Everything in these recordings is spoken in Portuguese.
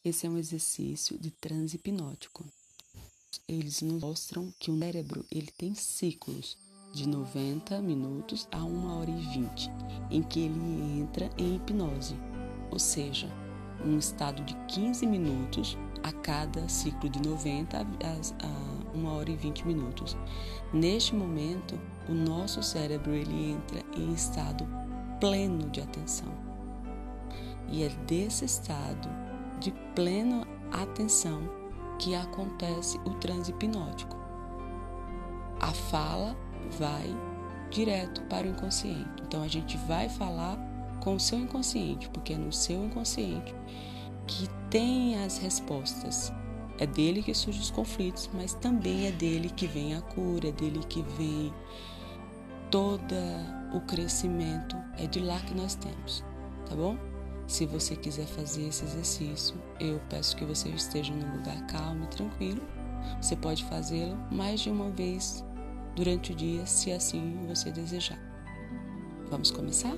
Esse é um exercício de transe hipnótico. Eles nos mostram que o cérebro ele tem ciclos de 90 minutos a 1h20, em que ele entra em hipnose, ou seja, um estado de 15 minutos a cada ciclo de 90 a 1h20 minutos. Neste momento, o nosso cérebro ele entra em estado pleno de atenção. E é desse estado de plena atenção que acontece o transe hipnótico. A fala vai direto para o inconsciente. Então a gente vai falar com o seu inconsciente, porque é no seu inconsciente que tem as respostas. É dele que surgem os conflitos, mas também é dele que vem a cura, é dele que vem todo o crescimento. É de lá que nós temos, tá bom? Se você quiser fazer esse exercício, eu peço que você esteja num lugar calmo e tranquilo. Você pode fazê-lo mais de uma vez durante o dia, se assim você desejar. Vamos começar?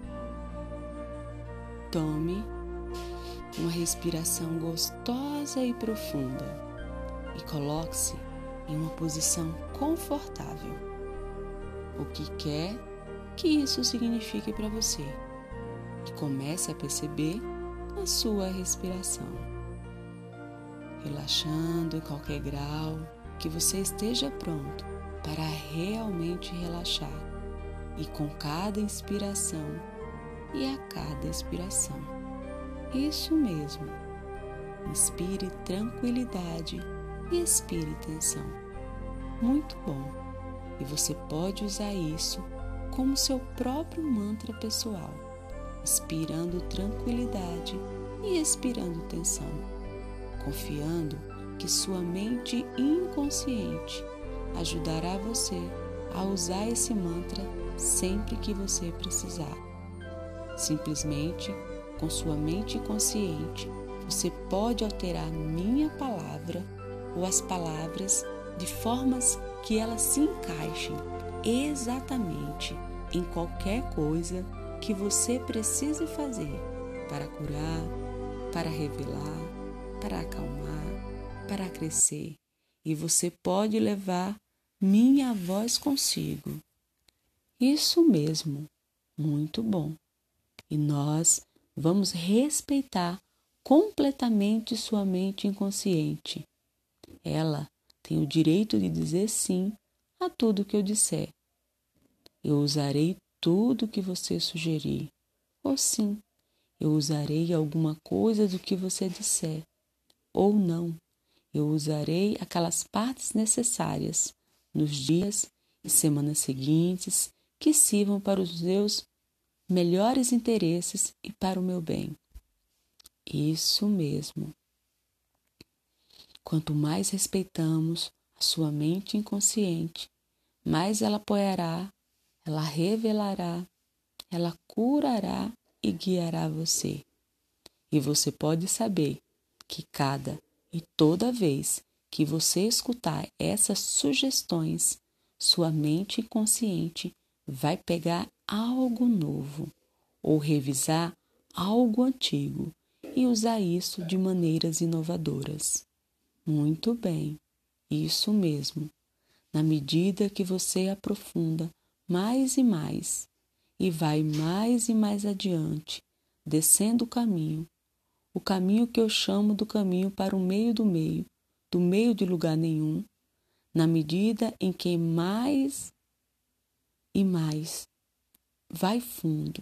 Tome uma respiração gostosa e profunda e coloque-se em uma posição confortável. O que quer que isso signifique para você? E comece a perceber a sua respiração, relaxando em qualquer grau que você esteja pronto para realmente relaxar, e com cada inspiração e a cada expiração. Isso mesmo, inspire tranquilidade e expire tensão. Muito bom, e você pode usar isso como seu próprio mantra pessoal, inspirando tranquilidade e expirando tensão, confiando que sua mente inconsciente ajudará você a usar esse mantra sempre que você precisar. Simplesmente, com sua mente consciente, você pode alterar minha palavra ou as palavras de formas que elas se encaixem exatamente em qualquer coisa que você precise fazer para curar, para revelar, para acalmar, para crescer. E você pode levar minha voz consigo. Isso mesmo, muito bom. E nós vamos respeitar completamente sua mente inconsciente. Ela tem o direito de dizer sim a tudo que eu disser. Eu usarei tudo que você sugerir. Ou sim, eu usarei alguma coisa do que você disser. Ou não, eu usarei aquelas partes necessárias nos dias e semanas seguintes que sirvam para os meus melhores interesses e para o meu bem. Isso mesmo. Quanto mais respeitamos a sua mente inconsciente, mais ela apoiará, ela revelará, ela curará e guiará você. E você pode saber que cada e toda vez que você escutar essas sugestões, sua mente inconsciente vai pegar algo novo ou revisar algo antigo e usar isso de maneiras inovadoras. Muito bem, isso mesmo. Na medida que você aprofunda mais e vai mais e mais adiante, descendo o caminho que eu chamo do caminho para o meio do meio de lugar nenhum, na medida em que mais e mais vai fundo.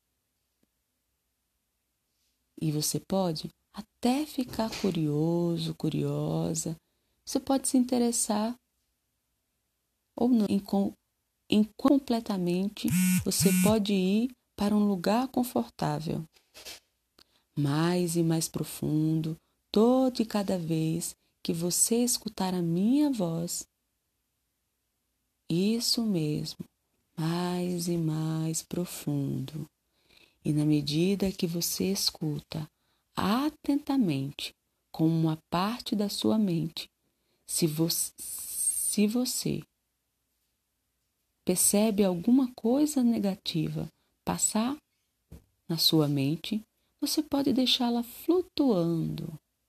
E você pode até ficar curioso, curiosa, você pode se interessar ou não em completamente você pode ir para um lugar confortável, mais e mais profundo, todo e cada vez que você escutar a minha voz. Isso mesmo, mais e mais profundo. E na medida que você escuta atentamente com uma parte da sua mente, se você percebe alguma coisa negativa passar na sua mente, você pode deixá-la flutuando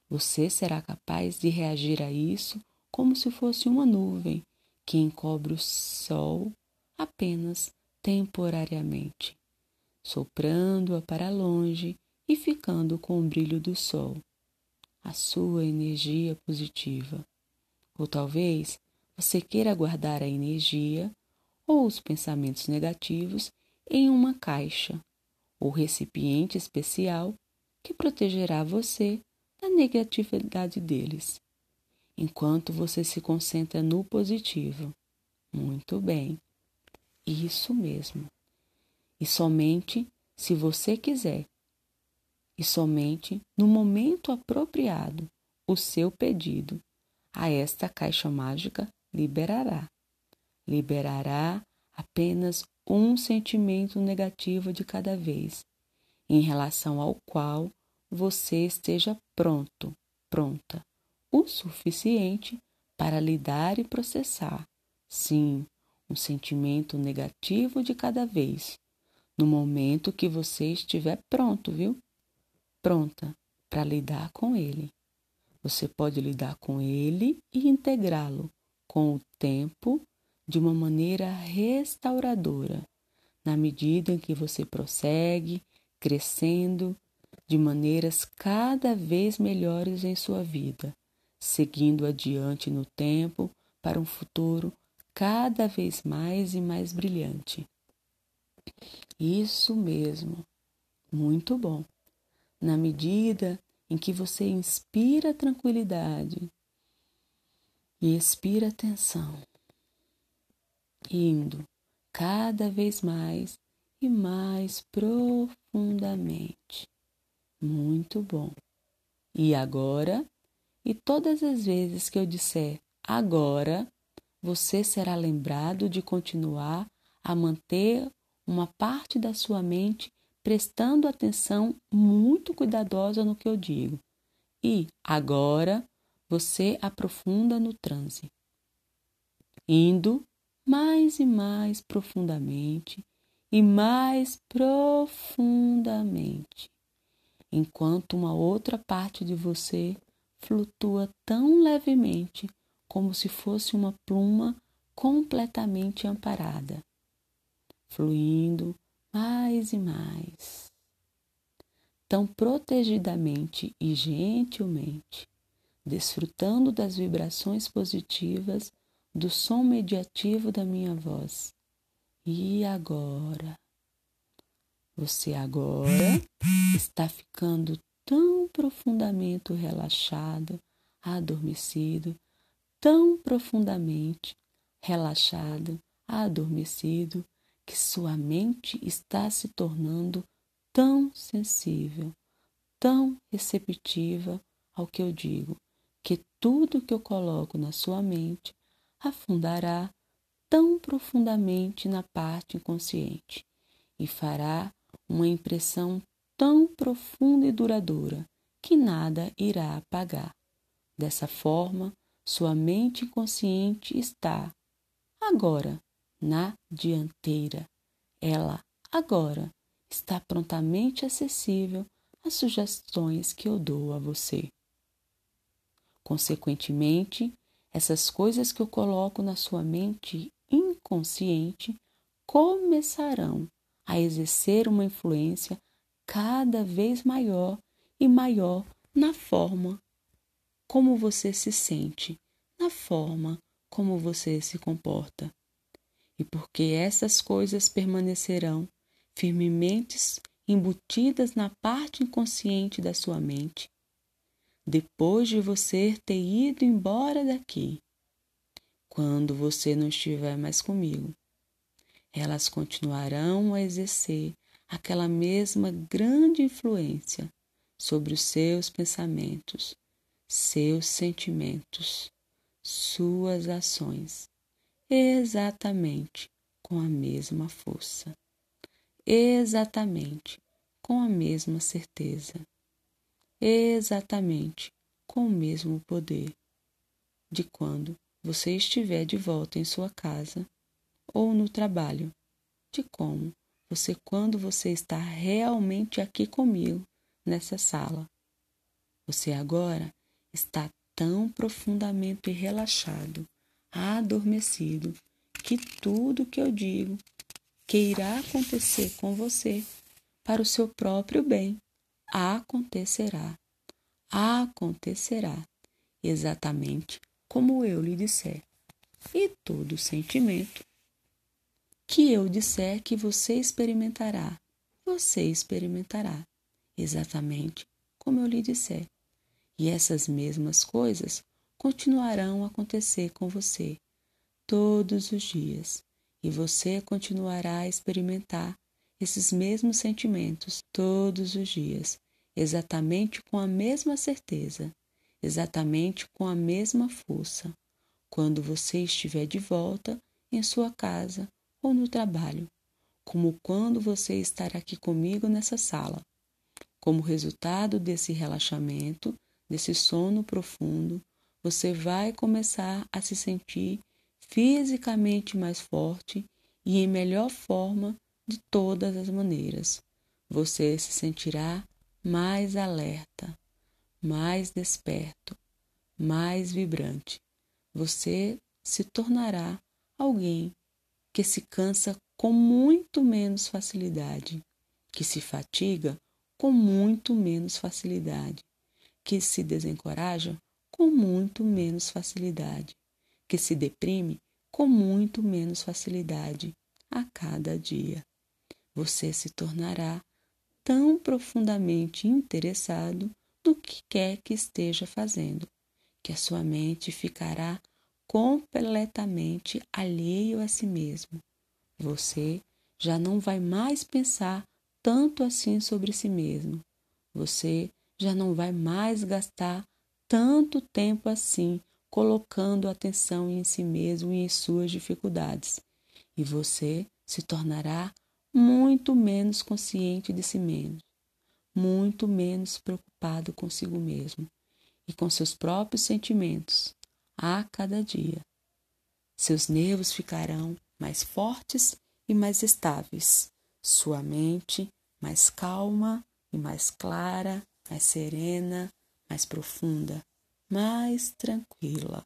Você será capaz de reagir a isso como se fosse uma nuvem que encobre o sol apenas temporariamente, soprando-a para longe e ficando com o brilho do sol, a sua energia positiva. Ou talvez você queira guardar a energia ou os pensamentos negativos em uma caixa ou recipiente especial que protegerá você da negatividade deles, enquanto você se concentra no positivo. Muito bem, isso mesmo. E somente se você quiser, e somente no momento apropriado, o seu pedido a esta caixa mágica liberará apenas um sentimento negativo de cada vez, em relação ao qual você esteja pronta, o suficiente para lidar e processar. Sim, um sentimento negativo de cada vez, no momento que você estiver pronto, viu? Pronta para lidar com ele. Você pode lidar com ele e integrá-lo com o tempo de uma maneira restauradora, na medida em que você prossegue crescendo de maneiras cada vez melhores em sua vida, seguindo adiante no tempo para um futuro cada vez mais e mais brilhante. Isso mesmo, muito bom. Na medida em que você inspira tranquilidade e expira atenção, indo cada vez mais e mais profundamente. Muito bom. E agora, e todas as vezes que eu disser agora, você será lembrado de continuar a manter uma parte da sua mente prestando atenção muito cuidadosa no que eu digo. E agora você aprofunda no transe, indo mais e mais profundamente e mais profundamente, enquanto uma outra parte de você flutua tão levemente como se fosse uma pluma completamente amparada, fluindo mais e mais, tão protegidamente e gentilmente, desfrutando das vibrações positivas do som mediativo da minha voz. E agora? Você agora está ficando tão profundamente relaxado, adormecido, tão profundamente relaxado, adormecido, que sua mente está se tornando tão sensível, tão receptiva ao que eu digo, que tudo que eu coloco na sua mente afundará tão profundamente na parte inconsciente e fará uma impressão tão profunda e duradoura que nada irá apagar. Dessa forma, sua mente inconsciente está agora na dianteira. Ela agora está prontamente acessível às sugestões que eu dou a você. Consequentemente, essas coisas que eu coloco na sua mente inconsciente começarão a exercer uma influência cada vez maior e maior na forma como você se sente, na forma como você se comporta. E porque essas coisas permanecerão firmemente embutidas na parte inconsciente da sua mente, depois de você ter ido embora daqui, quando você não estiver mais comigo, elas continuarão a exercer aquela mesma grande influência sobre os seus pensamentos, seus sentimentos, suas ações, exatamente com a mesma força, exatamente com a mesma certeza, exatamente com o mesmo poder de quando você estiver de volta em sua casa ou no trabalho, de como quando você está realmente aqui comigo nessa sala. Você agora está tão profundamente relaxado, adormecido, que tudo que eu digo que irá acontecer com você para o seu próprio bem acontecerá. Acontecerá exatamente como eu lhe disser. E todo sentimento que eu disser que você experimentará exatamente como eu lhe disser. E essas mesmas coisas continuarão a acontecer com você todos os dias. E você continuará a experimentar esses mesmos sentimentos todos os dias, exatamente com a mesma certeza, exatamente com a mesma força, quando você estiver de volta em sua casa ou no trabalho, como quando você estará aqui comigo nessa sala. Como resultado desse relaxamento, desse sono profundo, você vai começar a se sentir fisicamente mais forte e em melhor forma de todas as maneiras. Você se sentirá mais alerta, mais desperto, mais vibrante. Você se tornará alguém que se cansa com muito menos facilidade, que se fatiga com muito menos facilidade, que se desencoraja com muito menos facilidade, que se deprime com muito menos facilidade a cada dia. Você se tornará tão profundamente interessado no que quer que esteja fazendo, que a sua mente ficará completamente alheio a si mesmo. Você já não vai mais pensar tanto assim sobre si mesmo. Você já não vai mais gastar tanto tempo assim colocando atenção em si mesmo e em suas dificuldades. E você se tornará muito menos consciente de si mesmo, muito menos preocupado consigo mesmo e com seus próprios sentimentos a cada dia. Seus nervos ficarão mais fortes e mais estáveis, sua mente mais calma e mais clara, mais serena, mais profunda, mais tranquila.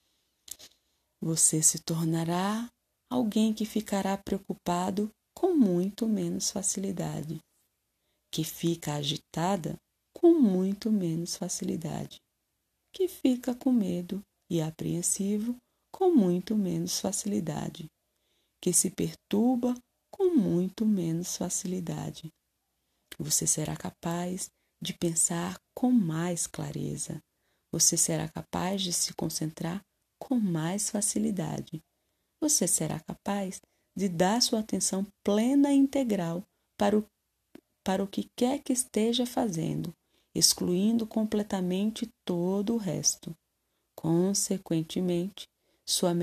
Você se tornará alguém que ficará preocupado com muito menos facilidade, que fica agitada com muito menos facilidade, que fica com medo e apreensivo com muito menos facilidade, que se perturba com muito menos facilidade. Você será capaz de pensar com mais clareza. Você será capaz de se concentrar com mais facilidade. Você será capaz de dar sua atenção plena e integral para o que quer que esteja fazendo, excluindo completamente todo o resto. Consequentemente, sua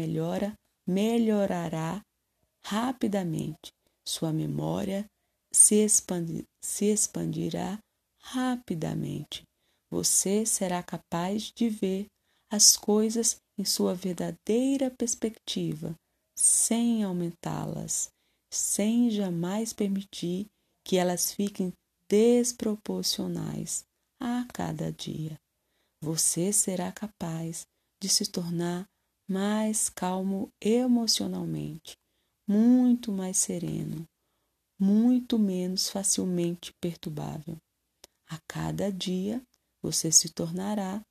melhorará rapidamente, sua memória se expandirá rapidamente. Você será capaz de ver as coisas em sua verdadeira perspectiva, sem aumentá-las, sem jamais permitir que elas fiquem desproporcionais a cada dia. Você será capaz de se tornar mais calmo emocionalmente, muito mais sereno, muito menos facilmente perturbável. A cada dia você se tornará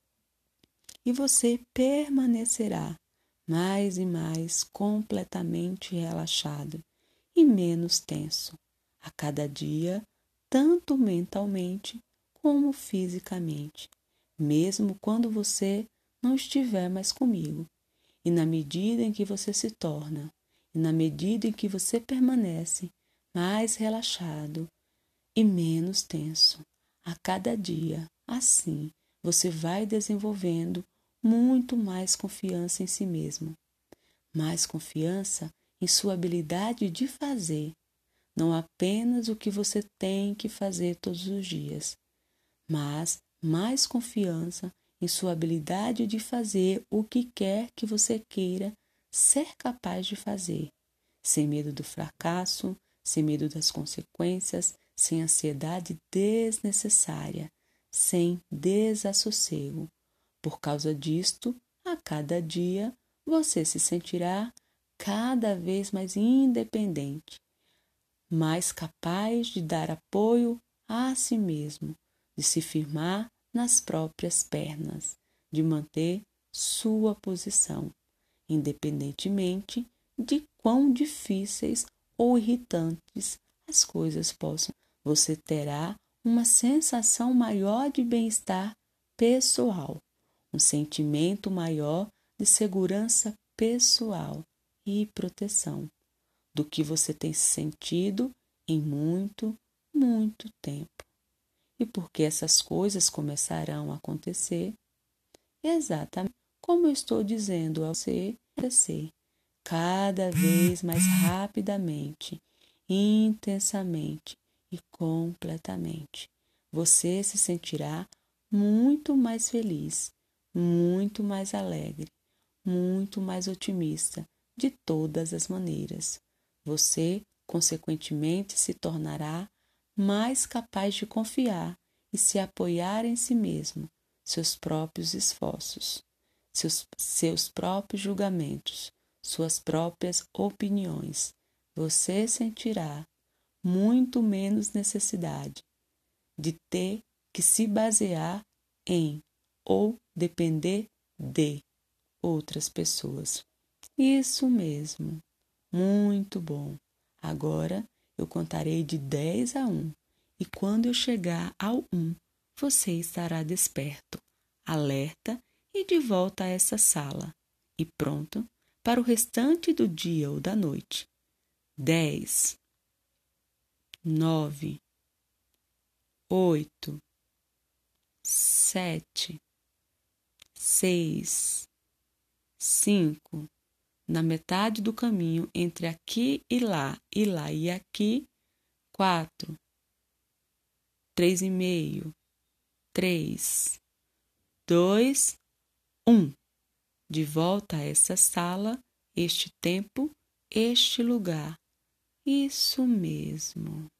e você permanecerá mais e mais completamente relaxado e menos tenso. A cada dia, tanto mentalmente como fisicamente, mesmo quando você não estiver mais comigo. E na medida em que você se torna, e na medida em que você permanece mais relaxado e menos tenso, a cada dia, assim, você vai desenvolvendo muito mais confiança em si mesmo, mais confiança em sua habilidade de fazer, não apenas o que você tem que fazer todos os dias, mas mais confiança em sua habilidade de fazer o que quer que você queira ser capaz de fazer, sem medo do fracasso, sem medo das consequências, sem ansiedade desnecessária, sem desassossego, Por causa disto, a cada dia você se sentirá cada vez mais independente, mais capaz de dar apoio a si mesmo, de se firmar nas próprias pernas, de manter sua posição, independentemente de quão difíceis ou irritantes as coisas possam. Você terá uma sensação maior de bem-estar pessoal, um sentimento maior de segurança pessoal e proteção do que você tem sentido em muito, muito tempo. E por que essas coisas começarão a acontecer? Exatamente como eu estou dizendo a você, acontecer cada vez mais rapidamente, intensamente e completamente. Você se sentirá muito mais feliz, muito mais alegre, muito mais otimista de todas as maneiras. Você, consequentemente, se tornará mais capaz de confiar e se apoiar em si mesmo, seus próprios esforços, seus próprios julgamentos, suas próprias opiniões. Você sentirá muito menos necessidade de ter que se basear em ou depender de outras pessoas. Isso mesmo, muito bom. Agora eu contarei de 10 a 1 e quando eu chegar ao 1, você estará desperto, alerta e de volta a essa sala e pronto para o restante do dia ou da noite. 10, 9, 8, 7, 6, 5, na metade do caminho entre aqui e lá e aqui, 4, 3,5, 3, 2, 1. De volta a essa sala, este tempo, este lugar. Isso mesmo.